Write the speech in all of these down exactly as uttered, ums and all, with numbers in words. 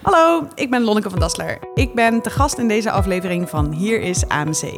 Hallo, ik ben Lonneke van Dassler. Ik ben te gast in deze aflevering van Hier is A M C.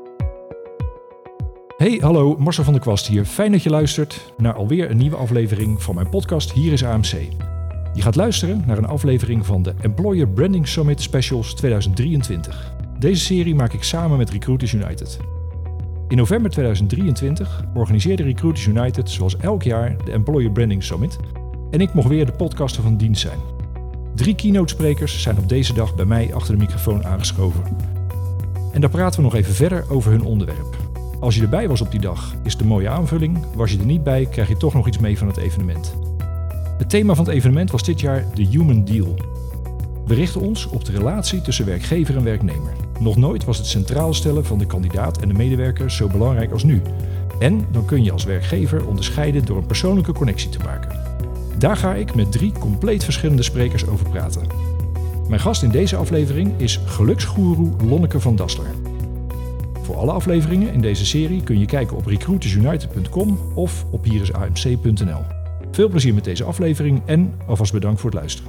Hey, hallo, Marcel van der Kwast hier. Fijn dat je luistert naar alweer een nieuwe aflevering van mijn podcast Hier is A M C. Je gaat luisteren naar een aflevering van de Employer Branding Summit Specials tweeduizend drieëntwintig. Deze serie maak ik samen met Recruiters United. In november tweeduizend drieëntwintig organiseerde Recruiters United zoals elk jaar de Employer Branding Summit en ik mocht weer de podcaster van dienst zijn. Drie keynote sprekers zijn op deze dag bij mij achter de microfoon aangeschoven. En daar praten we nog even verder over hun onderwerp. Als je erbij was op die dag, is het een mooie aanvulling. Was je er niet bij, krijg je toch nog iets mee van het evenement. Het thema van het evenement was dit jaar de Human Deal. We richten ons op de relatie tussen werkgever en werknemer. Nog nooit was het centraal stellen van de kandidaat en de medewerker zo belangrijk als nu. En dan kun je als werkgever onderscheiden door een persoonlijke connectie te maken. Daar ga ik met drie compleet verschillende sprekers over praten. Mijn gast in deze aflevering is geluksgoeroe Lonneke van Dassler. Voor alle afleveringen in deze serie kun je kijken op recruiters united punt com of op hier is a m c punt n l. Veel plezier met deze aflevering en alvast bedankt voor het luisteren.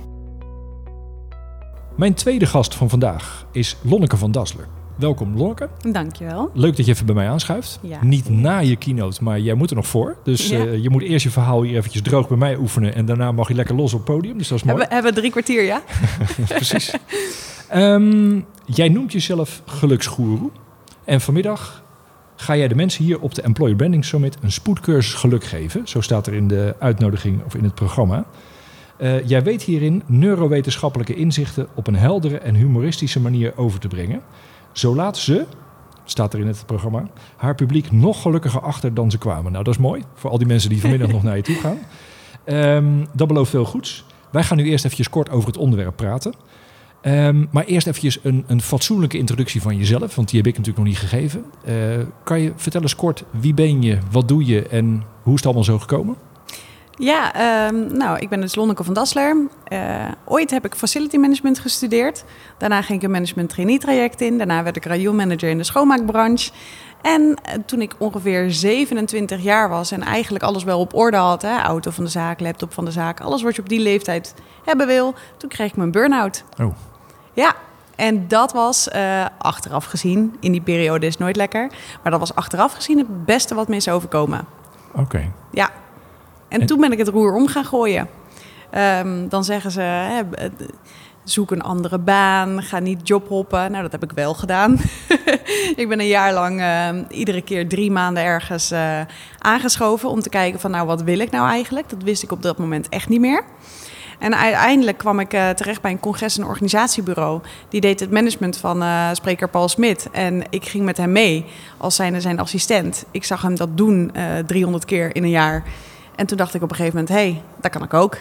Mijn tweede gast van vandaag is Lonneke van Dassler. Welkom Lonneke. Dankjewel. Leuk dat je even bij mij aanschuift. Ja. Niet na je keynote, maar jij moet er nog voor. Dus Ja. uh, je moet eerst je verhaal hier eventjes droog bij mij oefenen en daarna mag je lekker los op het podium. Dus dat is mooi. Hebben, hebben we drie kwartier, ja? Precies. Um, jij noemt jezelf geluksgoeroe. En vanmiddag ga jij de mensen hier op de Employer Branding Summit een spoedcursus geluk geven. Zo staat er in de uitnodiging of in het programma. Uh, jij weet hierin neurowetenschappelijke inzichten op een heldere en humoristische manier over te brengen. Zo laat ze, staat er in het programma, haar publiek nog gelukkiger achter dan ze kwamen. Nou, dat is mooi voor al die mensen die vanmiddag nog naar je toe gaan. Um, dat belooft veel goeds. Wij gaan nu eerst eventjes kort over het onderwerp praten. Um, maar eerst eventjes een, een fatsoenlijke introductie van jezelf, want die heb ik natuurlijk nog niet gegeven. Uh, kan je vertellen eens kort, wie ben je, wat doe je en hoe is het allemaal zo gekomen? Ja, um, nou, ik ben dus Lonneke van Dassler. Uh, ooit heb ik facility management gestudeerd. Daarna ging ik een management trainee traject in. Daarna werd ik rayonmanager in de schoonmaakbranche. En uh, toen ik ongeveer zevenentwintig jaar was en eigenlijk alles wel op orde had, hè, auto van de zaak, laptop van de zaak, alles wat je op die leeftijd hebben wil, toen kreeg ik mijn burn-out. Oh. Ja, en dat was uh, achteraf gezien, in die periode is het nooit lekker, maar dat was achteraf gezien het beste wat me is overkomen. Oké. Okay. Ja. En, en toen ben ik het roer om gaan gooien. Um, dan zeggen ze, hè, zoek een andere baan, ga niet jobhoppen. Nou, dat heb ik wel gedaan. Ik ben een jaar lang uh, iedere keer drie maanden ergens uh, aangeschoven om te kijken van, nou, wat wil ik nou eigenlijk? Dat wist ik op dat moment echt niet meer. En uiteindelijk kwam ik uh, terecht bij een congres- en organisatiebureau. Die deed het management van uh, spreker Paul Smit. En ik ging met hem mee als zijnde zijn assistent. Ik zag hem dat doen uh, driehonderd keer in een jaar. En toen dacht ik op een gegeven moment, hé, hey, dat kan ik ook.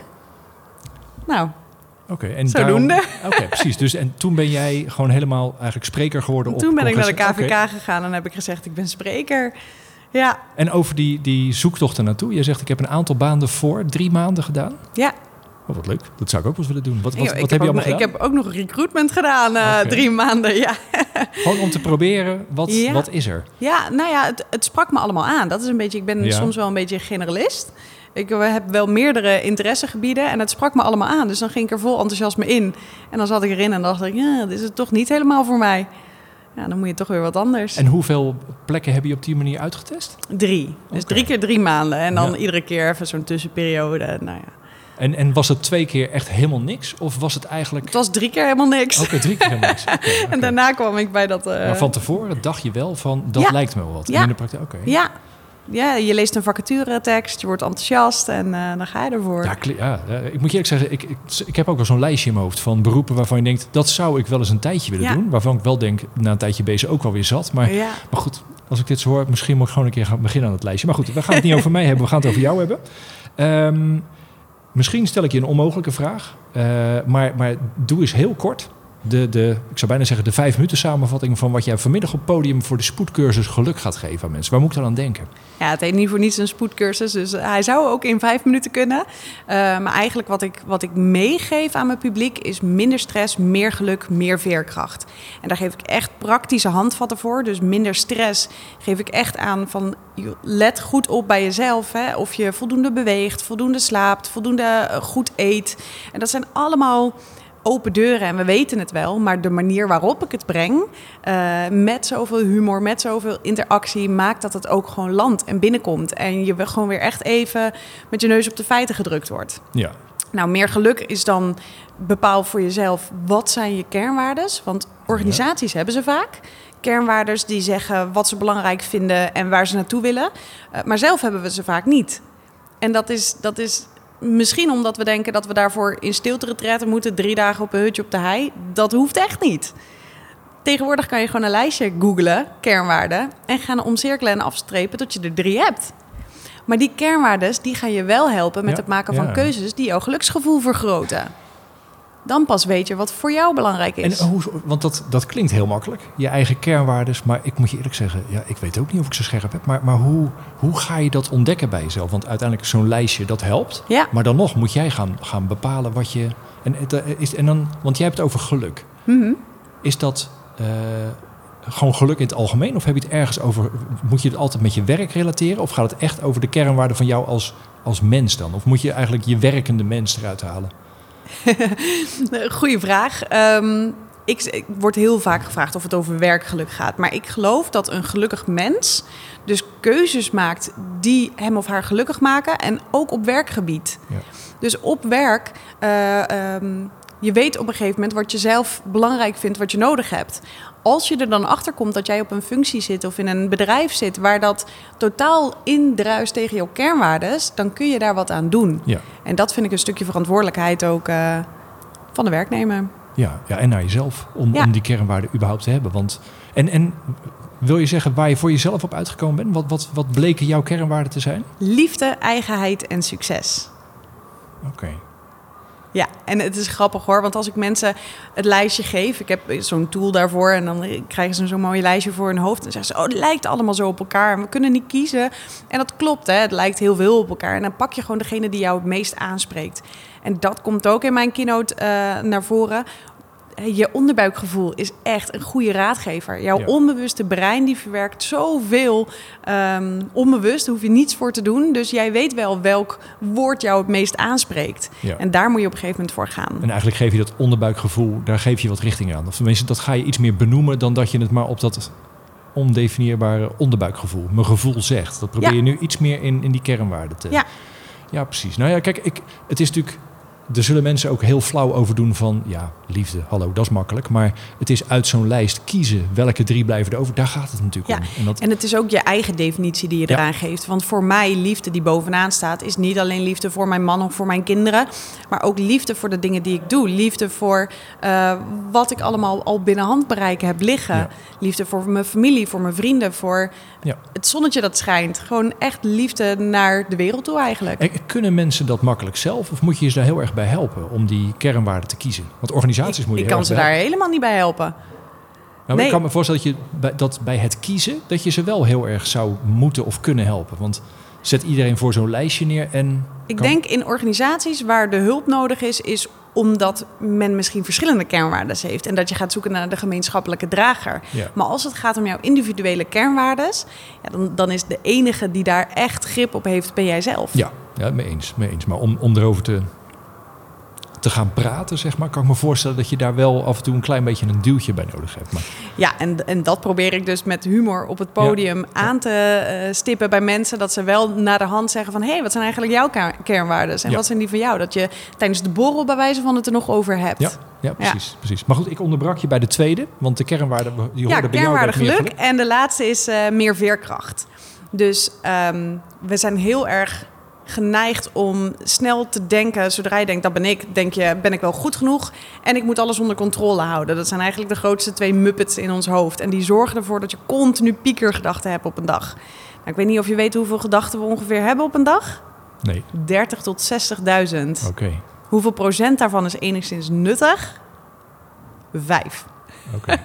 Nou, okay, en zodoende. Oké, okay, precies. Dus en toen ben jij gewoon helemaal eigenlijk spreker geworden op Toen ben ik naar de K V K okay. gegaan en heb ik gezegd, ik ben spreker. Ja. En over die, die zoektocht ernaartoe. Je zegt, ik heb een aantal baanden voor drie maanden gedaan. Ja. Oh, wat leuk. Dat zou ik ook wel eens willen doen. Wat, wat, ik, wat ik heb, heb je allemaal nog, gedaan? Ik heb ook nog recruitment gedaan, uh, okay. drie maanden, ja. Gewoon om te proberen, wat, ja. wat is er? Ja, nou ja, het, het sprak me allemaal aan. Dat is een beetje, ik ben ja. soms wel een beetje generalist. Ik heb wel meerdere interessegebieden en het sprak me allemaal aan. Dus dan ging ik er vol enthousiasme in. En dan zat ik erin en dacht ik, ja, dit is het toch niet helemaal voor mij. Ja, dan moet je toch weer wat anders. En hoeveel plekken heb je op die manier uitgetest? Drie. Dus okay. drie keer drie maanden. En dan ja. iedere keer even zo'n tussenperiode. Nou ja. En, en was het twee keer echt helemaal niks? Of was het eigenlijk... Het was drie keer helemaal niks. Oké, okay, drie keer helemaal niks. Okay, okay. En daarna kwam ik bij dat... Uh... Maar van tevoren dacht je wel van, dat ja. lijkt me wel wat. Ja. In de praktijk, oké. Okay. Ja. Ja, je leest een vacaturetekst, je wordt enthousiast en uh, dan ga je ervoor. Ja, ja, ik moet je eerlijk zeggen, ik, ik, ik heb ook wel zo'n lijstje in mijn hoofd van beroepen waarvan je denkt, dat zou ik wel eens een tijdje willen ja. doen. Waarvan ik wel denk, na een tijdje bezig ook wel weer zat. Maar, ja. maar goed, als ik dit zo hoor, misschien moet ik gewoon een keer gaan beginnen aan het lijstje. Maar goed, we gaan het niet over mij hebben, we gaan het over jou hebben. Um, misschien stel ik je een onmogelijke vraag, uh, maar, maar doe eens heel kort. De, de, ik zou bijna zeggen de vijf minuten samenvatting van wat jij vanmiddag op het podium voor de spoedcursus geluk gaat geven aan mensen. Waar moet ik dan aan denken? Ja, het heet niet voor niets een spoedcursus, dus hij zou ook in vijf minuten kunnen. Uh, maar eigenlijk wat ik, wat ik meegeef aan mijn publiek is minder stress, meer geluk, meer veerkracht. En daar geef ik echt praktische handvatten voor. Dus minder stress geef ik echt aan van let goed op bij jezelf. Hè? Of je voldoende beweegt, voldoende slaapt, voldoende goed eet. En dat zijn allemaal open deuren en we weten het wel. Maar de manier waarop ik het breng, uh, met zoveel humor, met zoveel interactie, maakt dat het ook gewoon landt en binnenkomt. En je gewoon weer echt even met je neus op de feiten gedrukt wordt. Ja. Nou, meer geluk is dan bepaal voor jezelf, wat zijn je kernwaardes? Want organisaties ja. hebben ze vaak. Kernwaardes die zeggen wat ze belangrijk vinden en waar ze naartoe willen. Uh, maar zelf hebben we ze vaak niet. En dat is, dat is misschien omdat we denken dat we daarvoor in stilte-retretten moeten, drie dagen op een hutje op de hei. Dat hoeft echt niet. Tegenwoordig kan je gewoon een lijstje googlen, kernwaarden, en gaan omcirkelen en afstrepen tot je er drie hebt. Maar die kernwaardes die gaan je wel helpen met ja, het maken van ja. keuzes die jouw geluksgevoel vergroten. Dan pas weet je wat voor jou belangrijk is. En hoe, want dat, dat klinkt heel makkelijk, je eigen kernwaardes. Maar ik moet je eerlijk zeggen, ja, ik weet ook niet of ik ze scherp heb. Maar, maar hoe, hoe ga je dat ontdekken bij jezelf? Want uiteindelijk zo'n lijstje, dat helpt. Ja. Maar dan nog moet jij gaan, gaan bepalen wat je... En, is, en dan, want jij hebt het over geluk. Mm-hmm. Is dat uh, gewoon geluk in het algemeen? Of heb je het ergens over... Moet je het altijd met je werk relateren? Of gaat het echt over de kernwaarden van jou als, als mens dan? Of moet je eigenlijk je werkende mens eruit halen? Goeie vraag. Um, ik, ik word heel vaak gevraagd of het over werkgeluk gaat. Maar ik geloof dat een gelukkig mens dus keuzes maakt die hem of haar gelukkig maken. En ook op werkgebied. Ja. Dus op werk, uh, um, je weet op een gegeven moment wat je zelf belangrijk vindt, wat je nodig hebt. Als je er dan achter komt dat jij op een functie zit of in een bedrijf zit waar dat totaal indruist tegen jouw kernwaardes, dan kun je daar wat aan doen. Ja. En dat vind ik een stukje verantwoordelijkheid ook uh, van de werknemer. Ja, ja, en naar jezelf, om, ja. om die kernwaarden überhaupt te hebben. Want, en, en wil je zeggen waar je voor jezelf op uitgekomen bent? Wat, wat, wat bleken jouw kernwaarden te zijn? Liefde, eigenheid en succes. Oké. Okay. Ja, en het is grappig hoor, want als ik mensen het lijstje geef, ik heb zo'n tool daarvoor en dan krijgen ze zo'n mooi lijstje voor hun hoofd en zeggen ze, oh, het lijkt allemaal zo op elkaar en we kunnen niet kiezen. En dat klopt, hè, het lijkt heel veel op elkaar en dan pak je gewoon degene die jou het meest aanspreekt. En dat komt ook in mijn keynote uh, naar voren. Je onderbuikgevoel is echt een goede raadgever. Jouw ja. onbewuste brein die verwerkt zoveel um, onbewust. Daar hoef je niets voor te doen. Dus jij weet wel welk woord jou het meest aanspreekt. Ja. En daar moet je op een gegeven moment voor gaan. En eigenlijk geef je dat onderbuikgevoel, daar geef je wat richting aan. Of tenminste, dat ga je iets meer benoemen dan dat je het maar op dat ondefinieerbare onderbuikgevoel, mijn gevoel zegt. Dat probeer ja. je nu iets meer in, in die kernwaarden te... Ja. Ja, precies. Nou ja, kijk, ik, het is natuurlijk... Er zullen mensen ook heel flauw over doen van... ja, liefde, hallo, dat is makkelijk. Maar het is uit zo'n lijst kiezen welke drie blijven er over. Daar gaat het natuurlijk ja, om. En, dat... en het is ook je eigen definitie die je eraan ja. geeft. Want voor mij, liefde die bovenaan staat... is niet alleen liefde voor mijn man of voor mijn kinderen... maar ook liefde voor de dingen die ik doe. Liefde voor uh, wat ik allemaal al binnen handbereik heb liggen. Ja. Liefde voor mijn familie, voor mijn vrienden... voor ja. het zonnetje dat schijnt. Gewoon echt liefde naar de wereld toe eigenlijk. En kunnen mensen dat makkelijk zelf? Of moet je je daar heel erg bij helpen om die kernwaarden te kiezen? Want organisaties ik, moet je Ik heel kan ze erg daar helemaal niet bij helpen. Nou, nee. Ik kan me voorstellen dat, je bij, dat bij het kiezen... dat je ze wel heel erg zou moeten of kunnen helpen. Want zet iedereen voor zo'n lijstje neer en... Ik kan... denk in organisaties waar de hulp nodig is... is omdat men misschien verschillende kernwaarden heeft... en dat je gaat zoeken naar de gemeenschappelijke drager. Ja. Maar als het gaat om jouw individuele kernwaarden... Ja, dan, dan is de enige die daar echt grip op heeft, ben jij zelf. Ja, ja mee eens, mee eens. Maar om, om erover te... te gaan praten, zeg maar, kan ik me voorstellen dat je daar wel af en toe een klein beetje een duwtje bij nodig hebt. Maar... Ja, en, en dat probeer ik dus met humor op het podium ja. aan te uh, stippen bij mensen, dat ze wel naar de hand zeggen van, hé, hey, wat zijn eigenlijk jouw kernwaarden? En ja. wat zijn die van jou? Dat je tijdens de borrel bij wijze van het er nog over hebt. Ja, ja, precies, ja. precies. Maar goed, ik onderbrak je bij de tweede, want de kernwaarden, die hoorden ja, bij jou kernwaarde geluk. geluk. En de laatste is uh, meer veerkracht. Dus um, we zijn heel erg geneigd om snel te denken, zodra je denkt, dat ben ik, denk je, ben ik wel goed genoeg? En ik moet alles onder controle houden. Dat zijn eigenlijk de grootste twee muppets in ons hoofd. En die zorgen ervoor dat je continu piekergedachten hebt op een dag. Nou, ik weet niet of je weet hoeveel gedachten we ongeveer hebben op een dag? Nee. dertig tot zestigduizend. Oké. Okay. Hoeveel procent daarvan is enigszins nuttig? Vijf. Oké. Okay.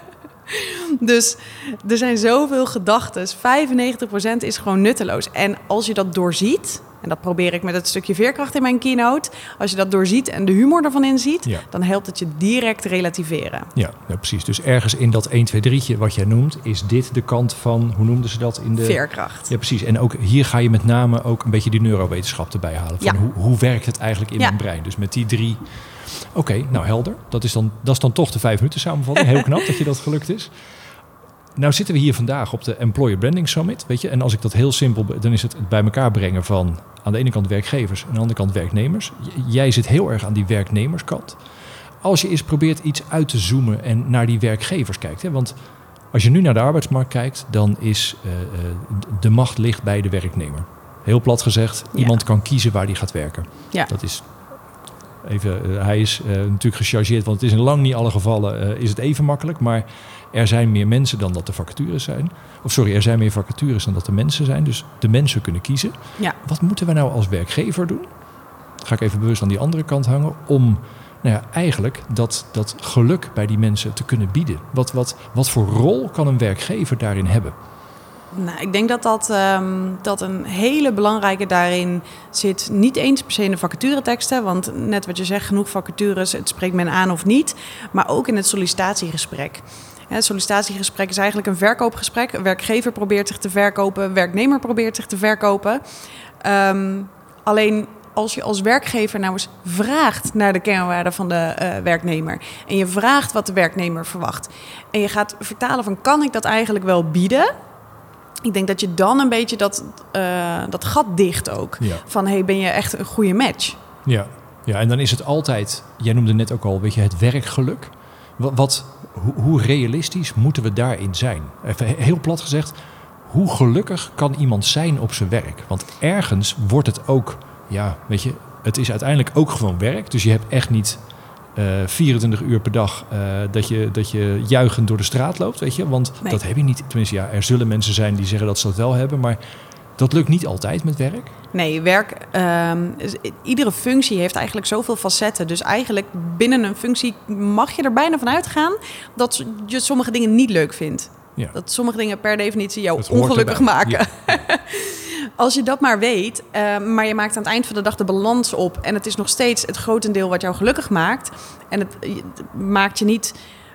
Dus er zijn zoveel gedachten. vijfennegentig procent is gewoon nutteloos. En als je dat doorziet, En dat probeer ik met het stukje veerkracht in mijn keynote. Als je dat doorziet en de humor ervan inziet, Ja. dan helpt het je direct relativeren. Ja, ja, precies. Dus ergens in dat één, twee, drietje wat jij noemt, is dit de kant van, hoe noemden ze dat? In de Veerkracht. Ja, precies. En ook hier ga je met name ook een beetje die neurowetenschap erbij halen. Van Ja. hoe, hoe werkt het eigenlijk in Ja. mijn brein? Dus met die drie... Oké, okay, nou helder. Dat is, dan, dat is dan toch de vijf minuten samenvatting. Heel knap dat je dat gelukt is. Nou zitten we hier vandaag op de Employer Branding Summit. Weet je? En als ik dat heel simpel... Dan is het het bij elkaar brengen van aan de ene kant werkgevers en aan de andere kant werknemers. J- jij zit heel erg aan die werknemerskant. Als je eens probeert iets uit te zoomen en naar die werkgevers kijkt. Hè? Want als je nu naar de arbeidsmarkt kijkt, dan is uh, uh, de macht ligt bij de werknemer. Heel plat gezegd, Ja. iemand kan kiezen waar hij gaat werken. Ja. Dat is even, uh, hij is uh, natuurlijk gechargeerd, want het is in lang niet alle gevallen uh, is het even makkelijk. Maar er zijn meer mensen dan dat er vacatures zijn. Of sorry, er zijn meer vacatures dan dat er mensen zijn. Dus de mensen kunnen kiezen. Ja. Wat moeten we nou als werkgever doen? Ga ik even bewust aan die andere kant hangen om... Nou ja, eigenlijk dat, dat geluk bij die mensen te kunnen bieden. Wat, wat, wat voor rol kan een werkgever daarin hebben? Nou, ik denk dat dat, um, dat een hele belangrijke daarin zit. Niet eens per se in de vacatureteksten. Want net wat je zegt, genoeg vacatures, het spreekt men aan of niet. Maar ook in het sollicitatiegesprek. Het sollicitatiegesprek is eigenlijk een verkoopgesprek. Een werkgever probeert zich te verkopen. Een werknemer probeert zich te verkopen. Um, alleen... Als je als werkgever nou eens vraagt naar de kernwaarden van de uh, werknemer... en je vraagt wat de werknemer verwacht... en je gaat vertalen van kan ik dat eigenlijk wel bieden... ik denk dat je dan een beetje dat, uh, dat gat dicht ook. Ja. Van hey, ben je echt een goede match? Ja. ja, en dan is het altijd... Jij noemde net ook al, weet je, het werkgeluk. Wat, wat, hoe, hoe realistisch moeten we daarin zijn? Even heel plat gezegd, hoe gelukkig kan iemand zijn op zijn werk? Want ergens wordt het ook... Ja, weet je, het is uiteindelijk ook gewoon werk. Dus je hebt echt niet uh, vierentwintig uur per dag uh, dat, je, dat je juichend door de straat loopt, weet je. Want nee. dat heb je niet. Tenminste, ja, er zullen mensen zijn die zeggen dat ze dat wel hebben. Maar dat lukt niet altijd met werk. Nee, werk... Um, iedere functie heeft eigenlijk zoveel facetten. Dus eigenlijk binnen een functie mag je er bijna van uitgaan... dat je sommige dingen niet leuk vindt. Ja. Dat sommige dingen per definitie jou ongelukkig maken. Ja. Als je dat maar weet, uh, maar je maakt aan het eind van de dag de balans op... en het is nog steeds het grotendeel wat jou gelukkig maakt... en het, het maakt je niet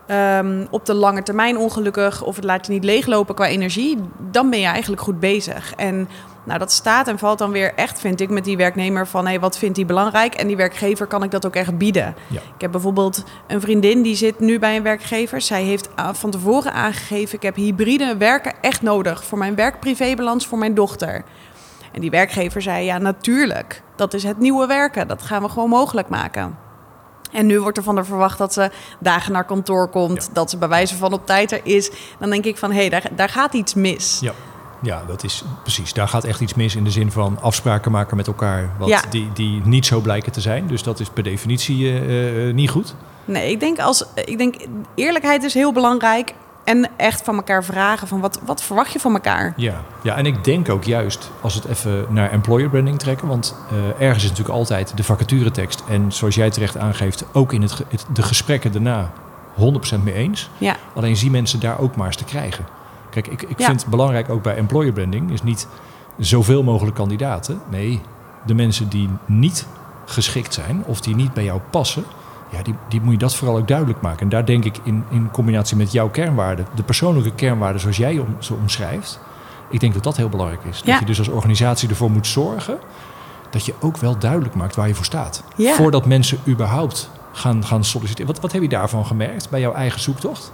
um, op de lange termijn ongelukkig... of het laat je niet leeglopen qua energie... dan ben je eigenlijk goed bezig. En nou, dat staat en valt dan weer echt, vind ik, met die werknemer... van hey, wat vindt hij belangrijk? En die werkgever kan ik dat ook echt bieden. Ja. Ik heb bijvoorbeeld een vriendin die zit nu bij een werkgever. Zij heeft van tevoren aangegeven... ik heb hybride werken echt nodig... voor mijn werk-privébalans, voor mijn dochter... En die werkgever zei, ja, natuurlijk. Dat is het nieuwe werken. Dat gaan we gewoon mogelijk maken. En nu wordt er van haar verwacht dat ze dagen naar kantoor komt. Ja. Dat ze bij wijze van op tijd er is. Dan denk ik van, hé, hey, daar, daar gaat iets mis. Ja. Ja, dat is precies. Daar gaat echt iets mis in de zin van afspraken maken met elkaar... Wat ja. die, die niet zo blijken te zijn. Dus dat is per definitie uh, uh, niet goed. Nee, ik denk, als, ik denk eerlijkheid is heel belangrijk... En echt van elkaar vragen van wat, wat verwacht je van elkaar? Ja. ja, en ik denk ook juist als we het even naar employer branding trekken... want uh, ergens is natuurlijk altijd de vacaturetekst... en zoals jij terecht aangeeft, ook in het, ge- het, de gesprekken daarna honderd procent mee eens. Ja. Alleen zie mensen daar ook maar eens te krijgen. Kijk, ik, ik ja. vind het belangrijk ook bij employer branding... is niet zoveel mogelijk kandidaten. Nee, de mensen die niet geschikt zijn of die niet bij jou passen... Ja, die, die moet je dat vooral ook duidelijk maken. En daar denk ik in, in combinatie met jouw kernwaarden... de persoonlijke kernwaarden zoals jij om, zo omschrijft... ik denk dat dat heel belangrijk is. Ja. Dat je dus als organisatie ervoor moet zorgen... dat je ook wel duidelijk maakt waar je voor staat. Ja. Voordat mensen überhaupt gaan, gaan solliciteren. Wat, wat heb je daarvan gemerkt bij jouw eigen zoektocht?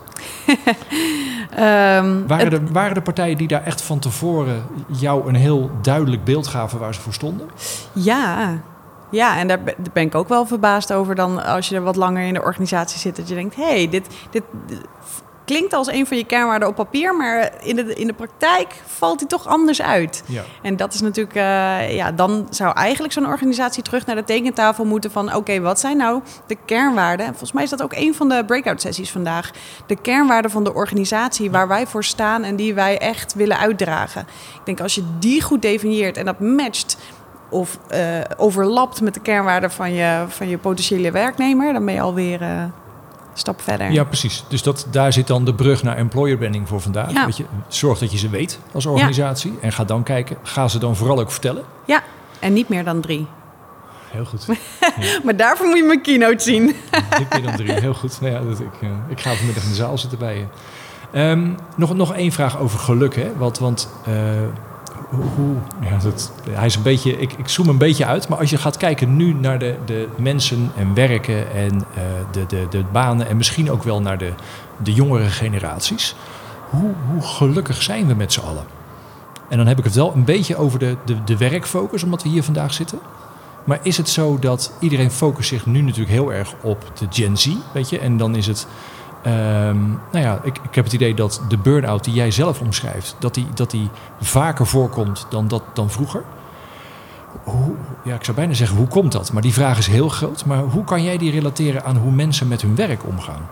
um, waren, het... er, waren er partijen die daar echt van tevoren... jou een heel duidelijk beeld gaven waar ze voor stonden? Ja... Ja, en daar ben ik ook wel verbaasd over dan als je er wat langer in de organisatie zit. Dat je denkt, hé, hey, dit, dit, dit klinkt als een van je kernwaarden op papier, maar in de, in de praktijk valt die toch anders uit. Ja. En dat is natuurlijk, uh, ja, dan zou eigenlijk zo'n organisatie terug naar de tekentafel moeten van, oké, okay, wat zijn nou de kernwaarden? En volgens mij is dat ook een van de breakout sessies vandaag. De kernwaarden van de organisatie waar wij voor staan en die wij echt willen uitdragen. Ik denk, als je die goed definieert en dat matcht of uh, overlapt met de kernwaarden van je, van je potentiële werknemer, dan ben je alweer uh, een stap verder. Ja, precies. Dus dat, daar zit dan de brug naar employer branding voor vandaag. Ja. Weet je, zorg dat je ze weet als organisatie. Ja. En ga dan kijken, ga ze dan vooral ook vertellen. Ja. En niet meer dan drie. Heel goed. Ja. Maar daarvoor moet je mijn keynote zien. Niet meer dan drie, heel goed. Nou ja, dat, ik, uh, ik ga vanmiddag in de zaal zitten bij je. Um, nog, nog één vraag over geluk, hè? Want, want uh, hoe, hoe, ja, dat, hij is een beetje, ik, ik zoom een beetje uit, maar als je gaat kijken nu naar de, de mensen en werken en uh, de, de, de banen en misschien ook wel naar de, de jongere generaties, hoe, hoe gelukkig zijn we met z'n allen? En dan heb ik het wel een beetje over de, de, de werkfocus, omdat we hier vandaag zitten. Maar is het zo dat iedereen focust zich nu natuurlijk heel erg op de Gen Z, weet je? En dan is het, um, nou ja, ik, ik heb het idee dat de burn-out die jij zelf omschrijft, dat die, dat die vaker voorkomt dan, dat, dan vroeger. Hoe, ja, ik zou bijna zeggen, hoe komt dat? Maar die vraag is heel groot. Maar hoe kan jij die relateren aan hoe mensen met hun werk omgaan?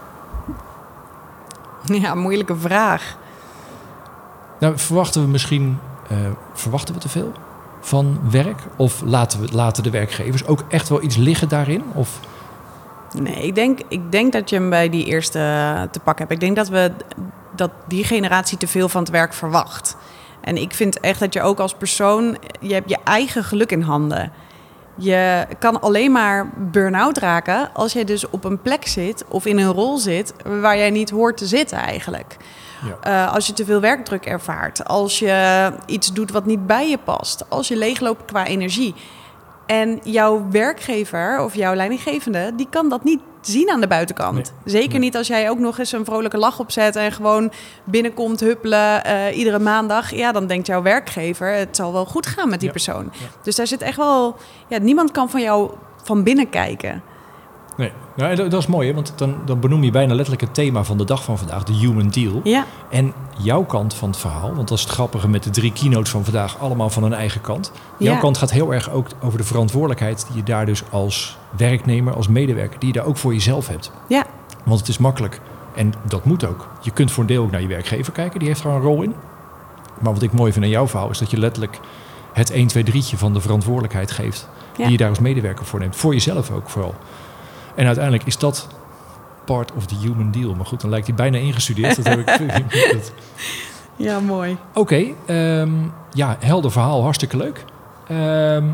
Ja, moeilijke vraag. Nou, verwachten we misschien, uh, verwachten we te veel van werk? Of laten, we, laten de werkgevers ook echt wel iets liggen daarin? Of... Nee, ik denk, ik denk dat je hem bij die eerste te pakken hebt. Ik denk dat, we, dat die generatie te veel van het werk verwacht. En ik vind echt dat je ook als persoon, je hebt je eigen geluk in handen. Je kan alleen maar burn-out raken als je dus op een plek zit of in een rol zit waar jij niet hoort te zitten eigenlijk. Ja. Uh, als je te veel werkdruk ervaart, als je iets doet wat niet bij je past, als je leegloopt qua energie. En jouw werkgever of jouw leidinggevende, die kan dat niet zien aan de buitenkant. Nee. Zeker nee. niet als jij ook nog eens een vrolijke lach opzet en gewoon binnenkomt huppelen uh, iedere maandag. Ja, dan denkt jouw werkgever, het zal wel goed gaan met die ja. persoon. Ja. Dus daar zit echt wel, ja, niemand kan van jou van binnen kijken. Nee, nou, dat is mooi, hè? Want dan, dan benoem je bijna letterlijk het thema van de dag van vandaag, de human deal. Ja. En jouw kant van het verhaal, want dat is het grappige met de drie keynotes van vandaag, allemaal van hun eigen kant. Jouw ja. kant gaat heel erg ook over de verantwoordelijkheid die je daar dus als werknemer, als medewerker, die je daar ook voor jezelf hebt. Ja. Want het is makkelijk en dat moet ook. Je kunt voor een deel ook naar je werkgever kijken, die heeft er een rol in. Maar wat ik mooi vind aan jouw verhaal is dat je letterlijk het één, twee, drietje van de verantwoordelijkheid geeft. Ja. Die je daar als medewerker voor neemt. Voor jezelf ook vooral. En uiteindelijk is dat part of the human deal. Maar goed, dan lijkt hij bijna ingestudeerd. Dat heb ik, dat... Ja, mooi. Oké, okay, um, ja, helder verhaal, hartstikke leuk. Um,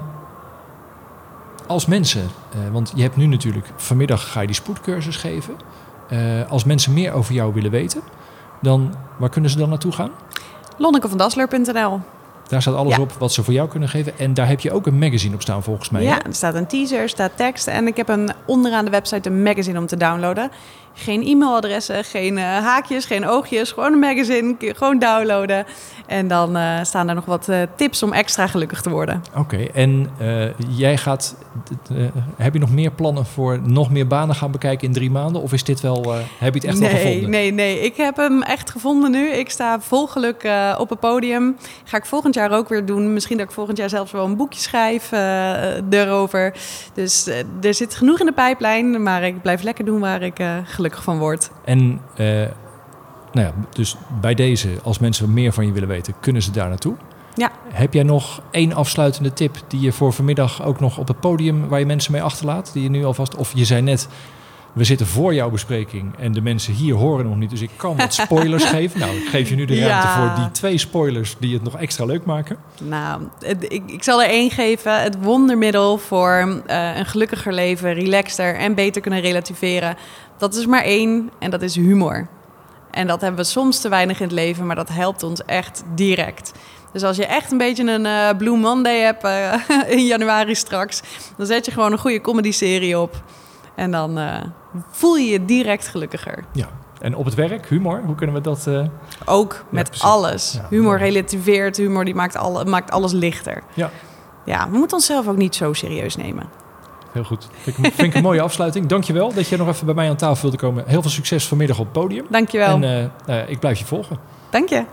als mensen, uh, want je hebt nu natuurlijk, vanmiddag ga je die spoedcursus geven. Uh, als mensen meer over jou willen weten, dan waar kunnen ze dan naartoe gaan? Lonnekevandasler punt n l. Daar staat alles ja. op wat ze voor jou kunnen geven. En daar heb je ook een magazine op staan volgens mij. Ja, hè? er staat een teaser, er staat tekst. En ik heb een, onderaan de website een magazine om te downloaden. Geen e-mailadressen, geen uh, haakjes, geen oogjes. Gewoon een magazine, gewoon downloaden. En dan uh, staan er nog wat uh, tips om extra gelukkig te worden. Oké, okay, en uh, jij gaat... Uh, heb je nog meer plannen voor nog meer banen gaan bekijken in drie maanden? Of is dit wel... Uh, heb je het echt nee, al gevonden? Nee, nee. Ik heb hem echt gevonden nu. Ik sta vol geluk uh, op het podium. Ga ik volgend jaar ook weer doen. Misschien dat ik volgend jaar zelfs wel een boekje schrijf uh, erover. Dus uh, er zit genoeg in de pijplijn. Maar ik blijf lekker doen waar ik uh, gelukkig van word. En uh, nou ja, dus bij deze, als mensen meer van je willen weten, kunnen ze daar naartoe. Ja. Heb jij nog één afsluitende tip die je voor vanmiddag ook nog op het podium waar je mensen mee achterlaat? Die je nu alvast, of je zei net, we zitten voor jouw bespreking en de mensen hier horen nog niet, dus ik kan wat spoilers geven. Nou, ik geef je nu de ruimte ja. voor die twee spoilers die het nog extra leuk maken. Nou, ik, ik zal er één geven. Het wondermiddel voor uh, een gelukkiger leven, relaxter en beter kunnen relativeren. Dat is maar één en dat is humor. En dat hebben we soms te weinig in het leven, maar dat helpt ons echt direct. Dus als je echt een beetje een uh, Blue Monday hebt uh, in januari straks, dan zet je gewoon een goede comedy-serie op. En dan uh, voel je je direct gelukkiger. Ja, en op het werk, humor, hoe kunnen we dat... Uh... Ook met ja, alles. Ja, humor ja. relativeert, humor die maakt, alle, maakt alles lichter. Ja. Ja, we moeten onszelf ook niet zo serieus nemen. Heel goed. Vind ik, vind ik een mooie afsluiting. Dankjewel dat je nog even bij mij aan tafel wilde komen. Heel veel succes vanmiddag op het podium. Dankjewel. En uh, uh, ik blijf je volgen. Dank je.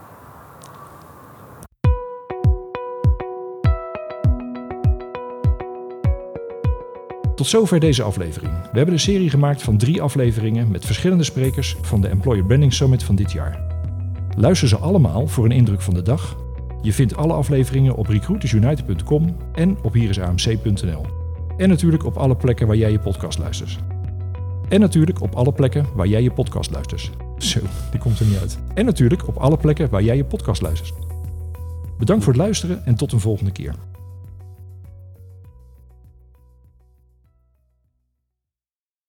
Tot zover deze aflevering. We hebben een serie gemaakt van drie afleveringen met verschillende sprekers van de Employer Branding Summit van dit jaar. Luister ze allemaal voor een indruk van de dag. Je vindt alle afleveringen op recruiters united punt com en op hier is a m c punt n l. En natuurlijk op alle plekken waar jij je podcast luistert. En natuurlijk op alle plekken waar jij je podcast luistert. Zo, die komt er niet uit. En natuurlijk op alle plekken waar jij je podcast luistert. Bedankt voor het luisteren en tot een volgende keer.